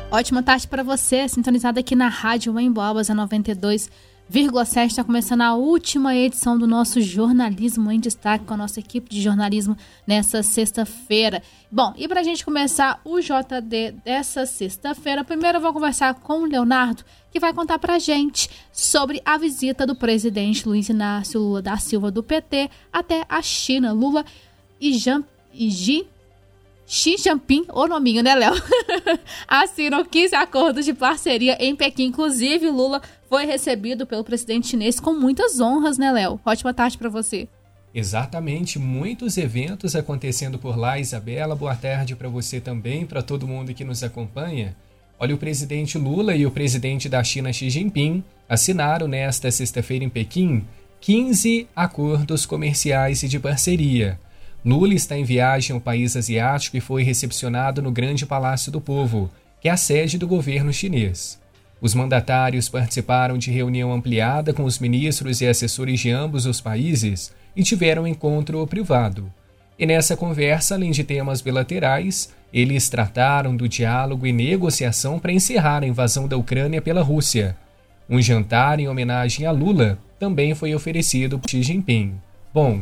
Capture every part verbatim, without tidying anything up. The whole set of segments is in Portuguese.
Ótima tarde para você, sintonizado aqui na Rádio Emboabas, a noventa e dois vírgula sete. Está começando a última edição do nosso Jornalismo em Destaque com a nossa equipe de jornalismo nessa sexta-feira. Bom, e para a gente começar o J D dessa sexta-feira, primeiro eu vou conversar com o Leonardo, que vai contar para a gente sobre a visita do presidente Luiz Inácio Lula da Silva, do P T, até a China. Lula e Jean... E Xi Xi Jinping, o nominho, né, Léo? Assinam quinze acordos de parceria em Pequim. Inclusive, Lula foi recebido pelo presidente chinês com muitas honras, né, Léo? Ótima tarde para você. Exatamente, muitos eventos acontecendo por lá, Isabela. Boa tarde para você também, para todo mundo que nos acompanha. Olha, o presidente Lula e o presidente da China, Xi Jinping, assinaram nesta sexta-feira em Pequim quinze acordos comerciais e de parceria. Lula está em viagem ao país asiático e foi recepcionado no Grande Palácio do Povo, que é a sede do governo chinês. Os mandatários participaram de reunião ampliada com os ministros e assessores de ambos os países e tiveram um encontro privado. E nessa conversa, além de temas bilaterais, eles trataram do diálogo e negociação para encerrar a invasão da Ucrânia pela Rússia. Um jantar em homenagem a Lula também foi oferecido por Xi Jinping. Bom,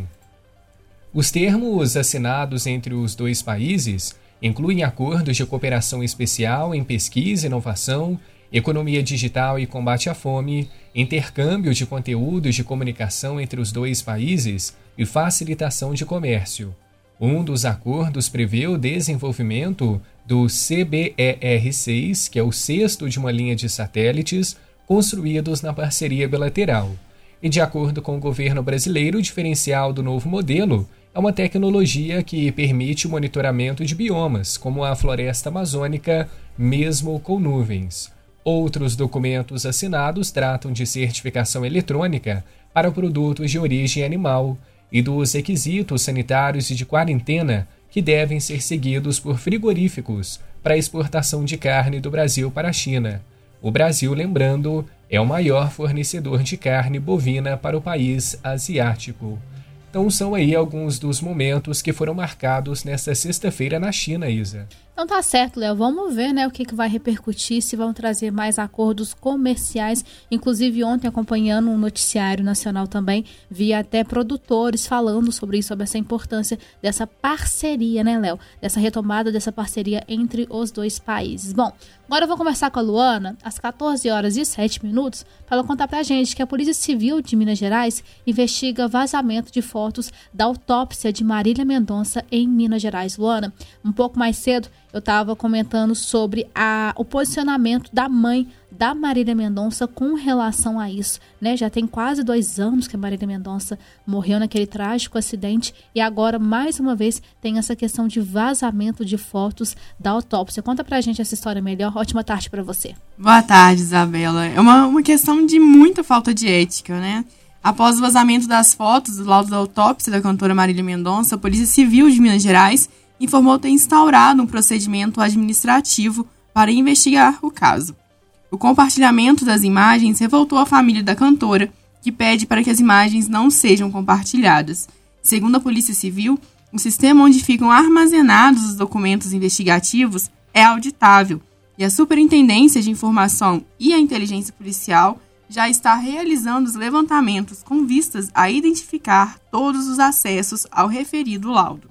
os termos assinados entre os dois países incluem acordos de cooperação especial em pesquisa e inovação, economia digital e combate à fome, intercâmbio de conteúdos de comunicação entre os dois países e facilitação de comércio. Um dos acordos prevê o desenvolvimento do C B E R seis, que é o sexto de uma linha de satélites construídos na parceria bilateral. E de acordo com o governo brasileiro, o diferencial do novo modelo é uma tecnologia que permite o monitoramento de biomas, como a floresta amazônica, mesmo com nuvens. Outros documentos assinados tratam de certificação eletrônica para produtos de origem animal e dos requisitos sanitários e de quarentena que devem ser seguidos por frigoríficos para a exportação de carne do Brasil para a China. O Brasil, lembrando, é o maior fornecedor de carne bovina para o país asiático. Então são aí alguns dos momentos que foram marcados nesta sexta-feira na China, Isa. Então tá certo, Léo. Vamos ver, né, o que, que vai repercutir, se vão trazer mais acordos comerciais. Inclusive ontem, acompanhando um noticiário nacional também, vi até produtores falando sobre isso, sobre essa importância dessa parceria, né, Léo? Dessa retomada dessa parceria entre os dois países. Bom, agora eu vou conversar com a Luana, às quatorze horas e sete minutos, para ela contar pra gente que a Polícia Civil de Minas Gerais investiga vazamento de fotos da autópsia de Marília Mendonça em Minas Gerais. Luana, um pouco mais cedo, eu estava comentando sobre a, o posicionamento da mãe da Marília Mendonça com relação a isso, né? Já tem quase dois anos que a Marília Mendonça morreu naquele trágico acidente e agora, mais uma vez, tem essa questão de vazamento de fotos da autópsia. Conta pra gente essa história melhor. Ótima tarde para você. Boa tarde, Isabela. É uma, uma questão de muita falta de ética, né? Após o vazamento das fotos do laudo da autópsia da cantora Marília Mendonça, a Polícia Civil de Minas Gerais informou ter instaurado um procedimento administrativo para investigar o caso. O compartilhamento das imagens revoltou a família da cantora, que pede para que as imagens não sejam compartilhadas. Segundo a Polícia Civil, o sistema onde ficam armazenados os documentos investigativos é auditável e a Superintendência de Informação e a Inteligência Policial já está realizando os levantamentos com vistas a identificar todos os acessos ao referido laudo.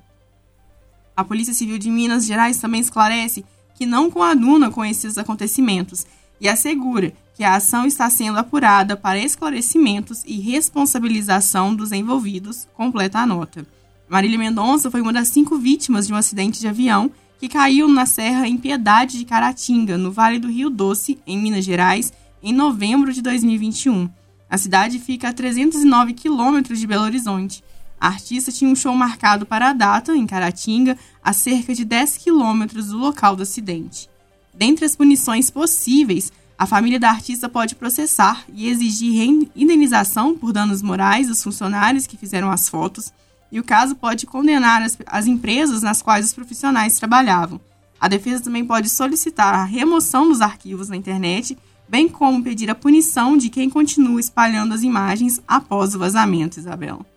A Polícia Civil de Minas Gerais também esclarece que não coaduna com esses acontecimentos e assegura que a ação está sendo apurada para esclarecimentos e responsabilização dos envolvidos, completa a nota. Marília Mendonça foi uma das cinco vítimas de um acidente de avião que caiu na Serra em Piedade de Caratinga, no Vale do Rio Doce, em Minas Gerais, em novembro de dois mil e vinte e um. A cidade fica a trezentos e nove quilômetros de Belo Horizonte. A artista tinha um show marcado para a data, em Caratinga, a cerca de dez quilômetros do local do acidente. Dentre as punições possíveis, a família da artista pode processar e exigir indenização por danos morais dos funcionários que fizeram as fotos, e o caso pode condenar as, as empresas nas quais os profissionais trabalhavam. A defesa também pode solicitar a remoção dos arquivos na internet, bem como pedir a punição de quem continua espalhando as imagens após o vazamento, Isabela.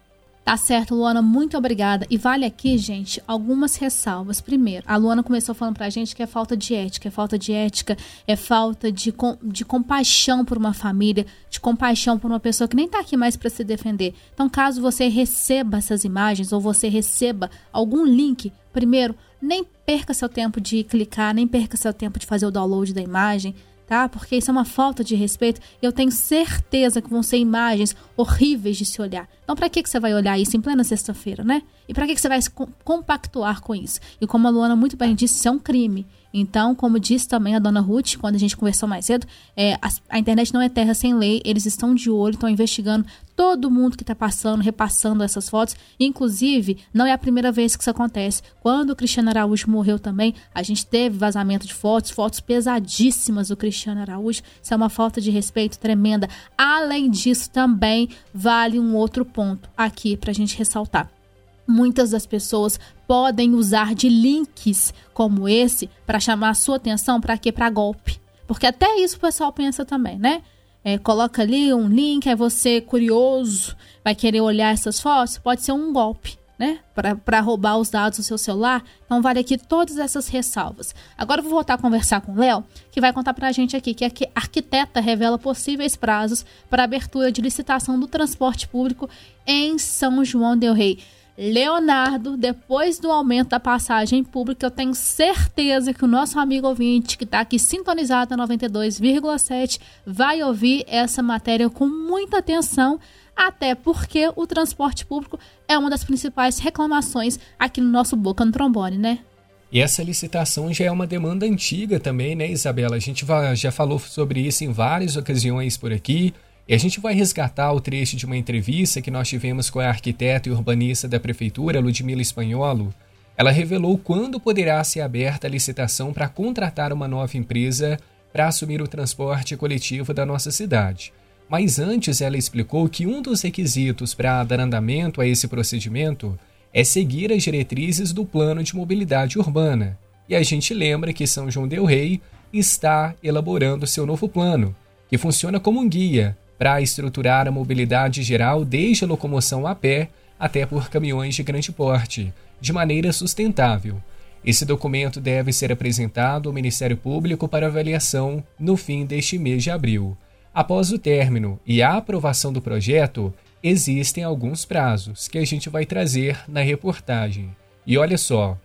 Tá certo, Luana, muito obrigada. E vale aqui, gente, algumas ressalvas. Primeiro, a Luana começou falando pra gente que é falta de ética, é falta de ética, é falta de, com, de compaixão por uma família, de compaixão por uma pessoa que nem tá aqui mais para se defender. Então, caso você receba essas imagens ou você receba algum link, primeiro, nem perca seu tempo de clicar, nem perca seu tempo de fazer o download da imagem, tá? Porque isso é uma falta de respeito. Eu tenho certeza que vão ser imagens horríveis de se olhar. Então, para que que você vai olhar isso em plena sexta-feira, né? E para que que você vai se compactuar com isso? E como a Luana muito bem disse, isso é um crime. Então, como disse também a dona Ruth, quando a gente conversou mais cedo, é, a, a internet não é terra sem lei, eles estão de olho, estão investigando todo mundo que está passando, repassando essas fotos. Inclusive, não é a primeira vez que isso acontece. Quando o Cristiano Araújo morreu também, a gente teve vazamento de fotos, fotos pesadíssimas do Cristiano Araújo. Isso é uma falta de respeito tremenda. Além disso, também vale um outro ponto aqui para a gente ressaltar. Muitas das pessoas podem usar de links como esse para chamar a sua atenção para quê? Para golpe. Porque até isso o pessoal pensa também, né? É, coloca ali um link, aí você, curioso, vai querer olhar essas fotos, pode ser um golpe, né? Para roubar os dados do seu celular. Então vale aqui todas essas ressalvas. Agora eu vou voltar a conversar com o Léo, que vai contar para a gente aqui que a arquiteta revela possíveis prazos para abertura de licitação do transporte público em São João del Rei. Leonardo, depois do aumento da passagem pública, eu tenho certeza que o nosso amigo ouvinte, que está aqui sintonizado na noventa e dois vírgula sete, vai ouvir essa matéria com muita atenção, até porque o transporte público é uma das principais reclamações aqui no nosso Boca no Trombone, né? E essa licitação já é uma demanda antiga também, né, Isabela? A gente já falou sobre isso em várias ocasiões por aqui. E a gente vai resgatar o trecho de uma entrevista que nós tivemos com a arquiteta e urbanista da Prefeitura, Ludmila Espanholo. Ela revelou quando poderá ser aberta a licitação para contratar uma nova empresa para assumir o transporte coletivo da nossa cidade. Mas antes ela explicou que um dos requisitos para dar andamento a esse procedimento é seguir as diretrizes do Plano de Mobilidade Urbana. E a gente lembra que São João del Rei está elaborando seu novo plano, que funciona como um guia para estruturar a mobilidade geral desde a locomoção a pé até por caminhões de grande porte, de maneira sustentável. Esse documento deve ser apresentado ao Ministério Público para avaliação no fim deste mês de abril. Após o término e a aprovação do projeto, existem alguns prazos que a gente vai trazer na reportagem. E olha só,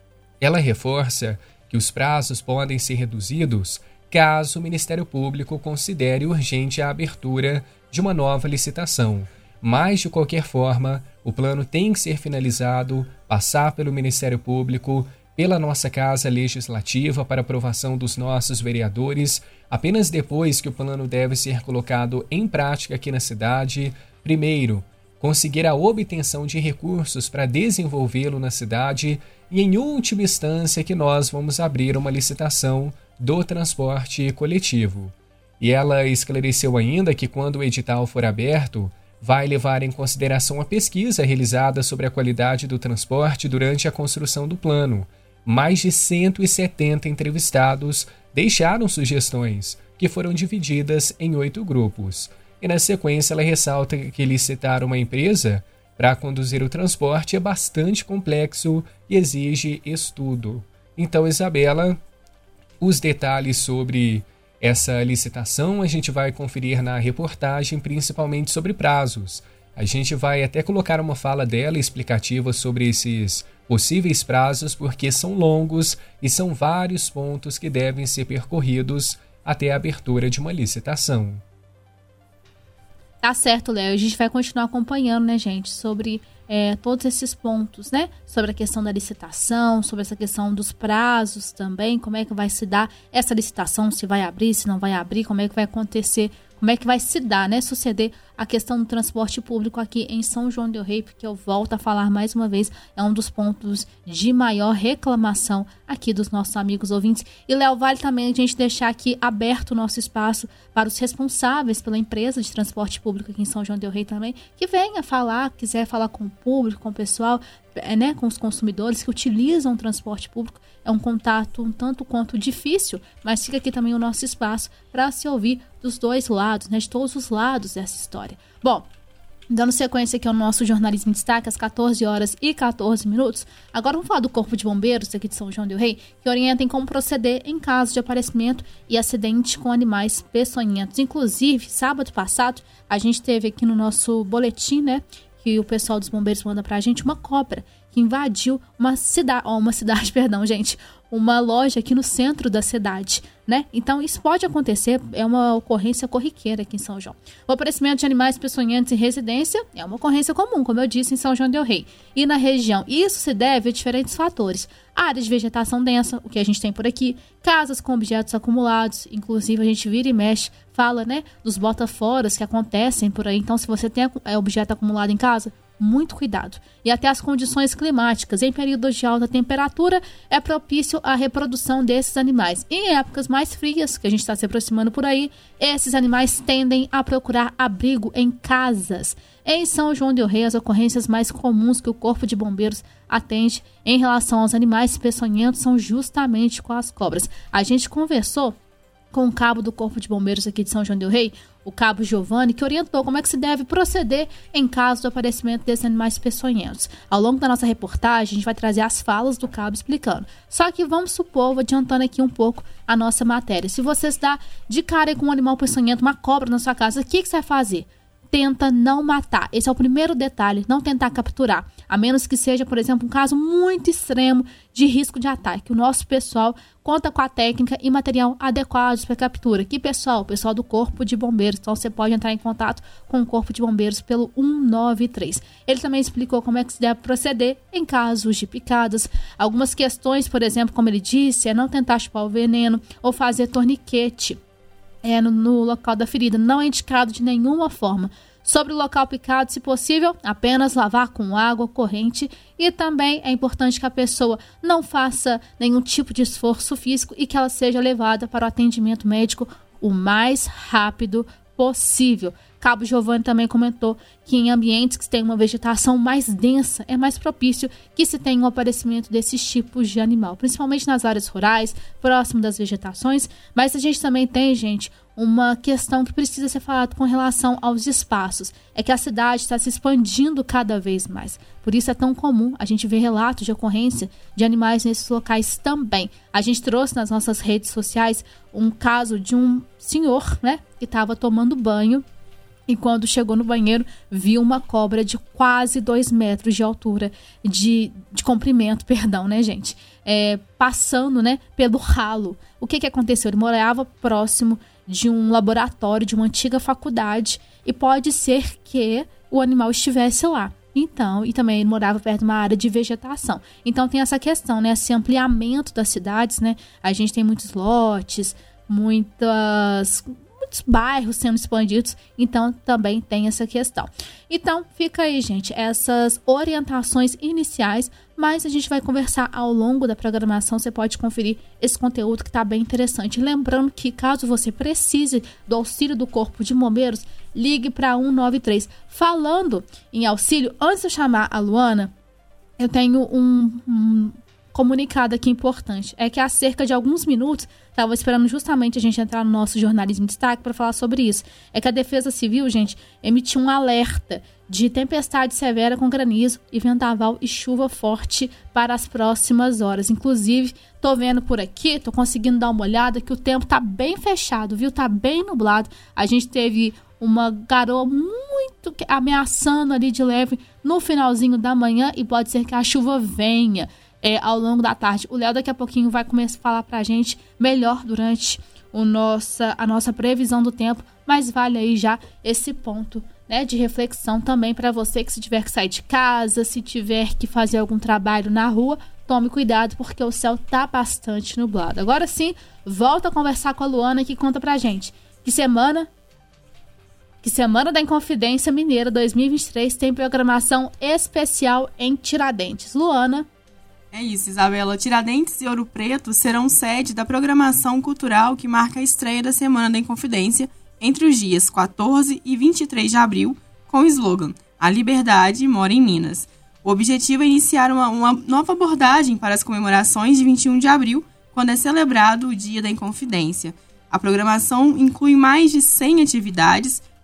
ela reforça que os prazos podem ser reduzidos caso o Ministério Público considere urgente a abertura de uma nova licitação. Mas, de qualquer forma, o plano tem que ser finalizado, passar pelo Ministério Público, pela nossa Casa Legislativa para aprovação dos nossos vereadores. Apenas depois que o plano deve ser colocado em prática aqui na cidade, primeiro, conseguir a obtenção de recursos para desenvolvê-lo na cidade e, em última instância, que nós vamos abrir uma licitação do transporte coletivo. E ela esclareceu ainda que quando o edital for aberto, vai levar em consideração a pesquisa realizada sobre a qualidade do transporte durante a construção do plano. Mais de cento e setenta entrevistados deixaram sugestões, que foram divididas em oito grupos. E na sequência ela ressalta que licitar uma empresa para conduzir o transporte é bastante complexo e exige estudo. Então, Isabela, os detalhes sobre essa licitação a gente vai conferir na reportagem, principalmente sobre prazos. A gente vai até colocar uma fala dela explicativa sobre esses possíveis prazos, porque são longos e são vários pontos que devem ser percorridos até a abertura de uma licitação. Tá certo, Léo. A gente vai continuar acompanhando, né, gente, sobre é, todos esses pontos, né? Sobre a questão da licitação, sobre essa questão dos prazos também, como é que vai se dar essa licitação, se vai abrir, se não vai abrir, como é que vai acontecer, como é que vai se dar, né, suceder a questão do transporte público aqui em São João del Rei, porque eu volto a falar mais uma vez, é um dos pontos de maior reclamação aqui dos nossos amigos ouvintes. E, Léo, vale também a gente deixar aqui aberto o nosso espaço para os responsáveis pela empresa de transporte público aqui em São João del Rei também, que venha falar, quiser falar com o público, com o pessoal, é, né, com os consumidores que utilizam o transporte público. É um contato um tanto quanto difícil, mas fica aqui também o nosso espaço para se ouvir dos dois lados, né, de todos os lados dessa história. Bom, Dando sequência aqui ao nosso Jornalismo em Destaque, às quatorze horas e quatorze minutos. Agora vamos falar do Corpo de Bombeiros aqui de São João del Rei, que orientam como proceder em caso de aparecimento e acidente com animais peçonhentos. Inclusive, sábado passado, a gente teve aqui no nosso boletim, né, que o pessoal dos bombeiros manda pra gente, uma cobra que invadiu uma cidade, ó, uma cidade, perdão, gente, uma loja aqui no centro da cidade, né? Então, isso pode acontecer, é uma ocorrência corriqueira aqui em São João. O aparecimento de animais peçonhentos em residência é uma ocorrência comum, como eu disse, em São João del Rei. E na região, isso se deve a diferentes fatores. Áreas de vegetação densa, o que a gente tem por aqui, casas com objetos acumulados, inclusive a gente vira e mexe, fala, né, dos botaforas que acontecem por aí. Então, se você tem objeto acumulado em casa, muito cuidado. E até as condições climáticas. Em períodos de alta temperatura, é propício à reprodução desses animais. E em épocas mais frias, que a gente está se aproximando por aí, esses animais tendem a procurar abrigo em casas. Em São João del Rei, as ocorrências mais comuns que o Corpo de Bombeiros atende em relação aos animais peçonhentos são justamente com as cobras. A gente conversou com o cabo do Corpo de Bombeiros aqui de São João del Rei, o cabo Giovanni, que orientou como é que se deve proceder em caso do aparecimento desses animais peçonhentos. Ao longo da nossa reportagem, a gente vai trazer as falas do cabo explicando. Só que vamos supor, vou adiantando aqui um pouco a nossa matéria. Se você está de cara com um animal peçonhento, uma cobra na sua casa, o que, que você vai fazer? Tenta não matar. Esse é o primeiro detalhe, não tentar capturar. A menos que seja, por exemplo, um caso muito extremo de risco de ataque. O nosso pessoal conta com a técnica e material adequados para captura. Que pessoal? O pessoal do Corpo de Bombeiros. Então você pode entrar em contato com o Corpo de Bombeiros pelo um nove três. Ele também explicou como é que se deve proceder em casos de picadas. Algumas questões, por exemplo, como ele disse, é não tentar chupar o veneno ou fazer torniquete É, no, no local da ferida, não é indicado de nenhuma forma. Sobre o local picado, se possível, apenas lavar com água corrente, e também é importante que a pessoa não faça nenhum tipo de esforço físico e que ela seja levada para o atendimento médico o mais rápido possível. Cabo Giovanni também comentou que em ambientes que têm uma vegetação mais densa é mais propício que se tenha um aparecimento desses tipos de animal, principalmente nas áreas rurais, próximo das vegetações. Mas a gente também tem, gente, uma questão que precisa ser falada com relação aos espaços. É que a cidade está se expandindo cada vez mais. Por isso é tão comum a gente ver relatos de ocorrência de animais nesses locais também. A gente trouxe nas nossas redes sociais um caso de um senhor, né, que estava tomando banho e quando chegou no banheiro viu uma cobra de quase dois metros de altura, de, de comprimento, perdão, né, gente? É, passando, né, pelo ralo. O que que aconteceu? Ele morava próximo de um laboratório, de uma antiga faculdade, e pode ser que o animal estivesse lá. Então, e também ele morava perto de uma área de vegetação. Então tem essa questão, né, esse ampliamento das cidades, né? A gente tem muitos lotes, muitas... muitos bairros sendo expandidos, então também tem essa questão. Então, fica aí, gente, essas orientações iniciais, mas a gente vai conversar ao longo da programação, você pode conferir esse conteúdo que está bem interessante. Lembrando que caso você precise do auxílio do Corpo de Bombeiros, ligue para um nove três. Falando em auxílio, antes de eu chamar a Luana, eu tenho um... um comunicado aqui importante, é que há cerca de alguns minutos, estava esperando justamente a gente entrar no nosso Jornalismo em Destaque para falar sobre isso, é que a Defesa Civil, gente, emitiu um alerta de tempestade severa com granizo e vendaval e chuva forte para as próximas horas. Inclusive, tô vendo por aqui, tô conseguindo dar uma olhada que o tempo tá bem fechado, viu? Tá bem nublado. A gente teve uma garoa muito ameaçando ali de leve no finalzinho da manhã e pode ser que a chuva venha É, ao longo da tarde. O Léo daqui a pouquinho vai começar a falar pra gente melhor durante o nossa, a nossa previsão do tempo, mas vale aí já esse ponto, né, de reflexão também para você que se tiver que sair de casa, se tiver que fazer algum trabalho na rua, tome cuidado porque o céu tá bastante nublado. Agora sim, volta a conversar com a Luana que conta pra gente que semana que Semana da Inconfidência Mineira dois mil e vinte e três tem programação especial em Tiradentes. Luana. É isso, Isabela. Tiradentes e Ouro Preto serão sede da programação cultural que marca a estreia da Semana da Inconfidência entre os dias quatorze e vinte e três de abril, com o slogan A Liberdade Mora em Minas. O objetivo é iniciar uma, uma nova abordagem para as comemorações de vinte e um de abril, quando é celebrado o Dia da Inconfidência. A programação inclui mais de cem atividades,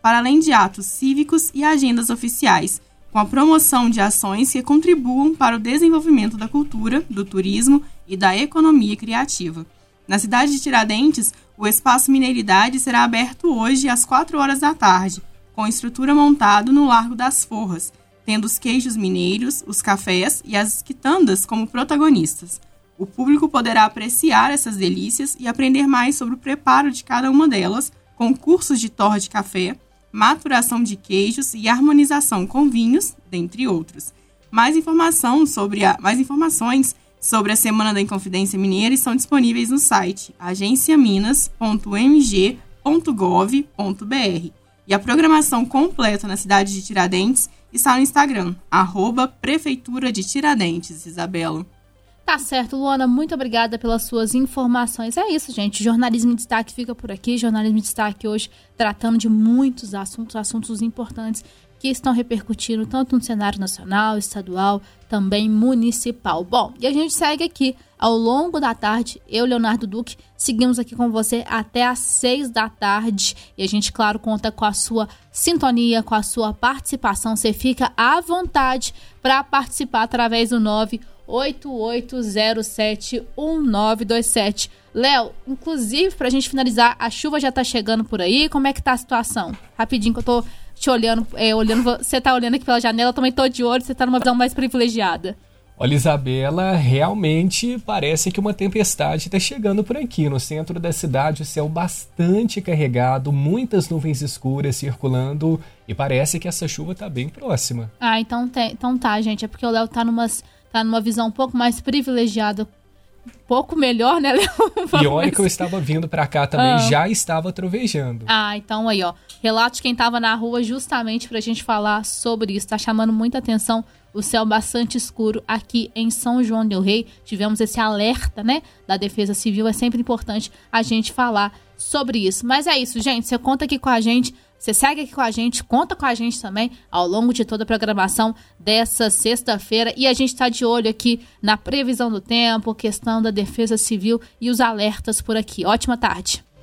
para além de atos cívicos e agendas oficiais, com a promoção de ações que contribuam para o desenvolvimento da cultura, do turismo e da economia criativa. Na cidade de Tiradentes, o Espaço Mineiridade será aberto hoje às quatro horas da tarde, com estrutura montada no Largo das Forras, tendo os queijos mineiros, os cafés e as quitandas como protagonistas. O público poderá apreciar essas delícias e aprender mais sobre o preparo de cada uma delas, com cursos de torra de café, maturação de queijos e harmonização com vinhos, dentre outros. Mais, informação sobre a, mais informações sobre a Semana da Inconfidência Mineira estão disponíveis no site agência minas ponto m g ponto gov ponto b r. E a programação completa na cidade de Tiradentes está no Instagram, arroba Prefeitura de Tiradentes, Isabela. Tá certo, Luana, muito obrigada pelas suas informações. É isso, gente. Jornalismo em Destaque fica por aqui. Jornalismo em Destaque hoje tratando de muitos assuntos, assuntos importantes que estão repercutindo tanto no cenário nacional, estadual, também municipal. Bom, e a gente segue aqui ao longo da tarde. Eu, Leonardo Duque, seguimos aqui com você até às seis da tarde. E a gente, claro, conta com a sua sintonia, com a sua participação. Você fica à vontade para participar através do nove oito oito zero sete um nove dois sete. Léo, inclusive, pra gente finalizar, a chuva já tá chegando por aí, como é que tá a situação? Rapidinho que eu tô te olhando, é, olhando você tá olhando aqui pela janela, eu também tô de olho, você tá numa visão mais privilegiada. Olha, Isabela, realmente parece que uma tempestade está chegando por aqui. No centro da cidade, o céu bastante carregado, muitas nuvens escuras circulando e parece que essa chuva tá bem próxima. Ah, então, tem, então tá, gente, é porque o Léo tá numas tá numa visão um pouco mais privilegiada, um pouco melhor, né, Léo? E olha que eu estava vindo pra cá também, ah. já estava trovejando. Ah, então aí, ó, relato de quem tava na rua justamente pra gente falar sobre isso. Tá chamando muita atenção o céu bastante escuro aqui em São João del Rei. Tivemos esse alerta, né, da Defesa Civil. É sempre importante a gente falar sobre isso. Mas é isso, gente, você conta aqui com a gente. Você segue aqui com a gente, conta com a gente também ao longo de toda a programação dessa sexta-feira. E a gente está de olho aqui na previsão do tempo, questão da Defesa Civil e os alertas por aqui. Ótima tarde.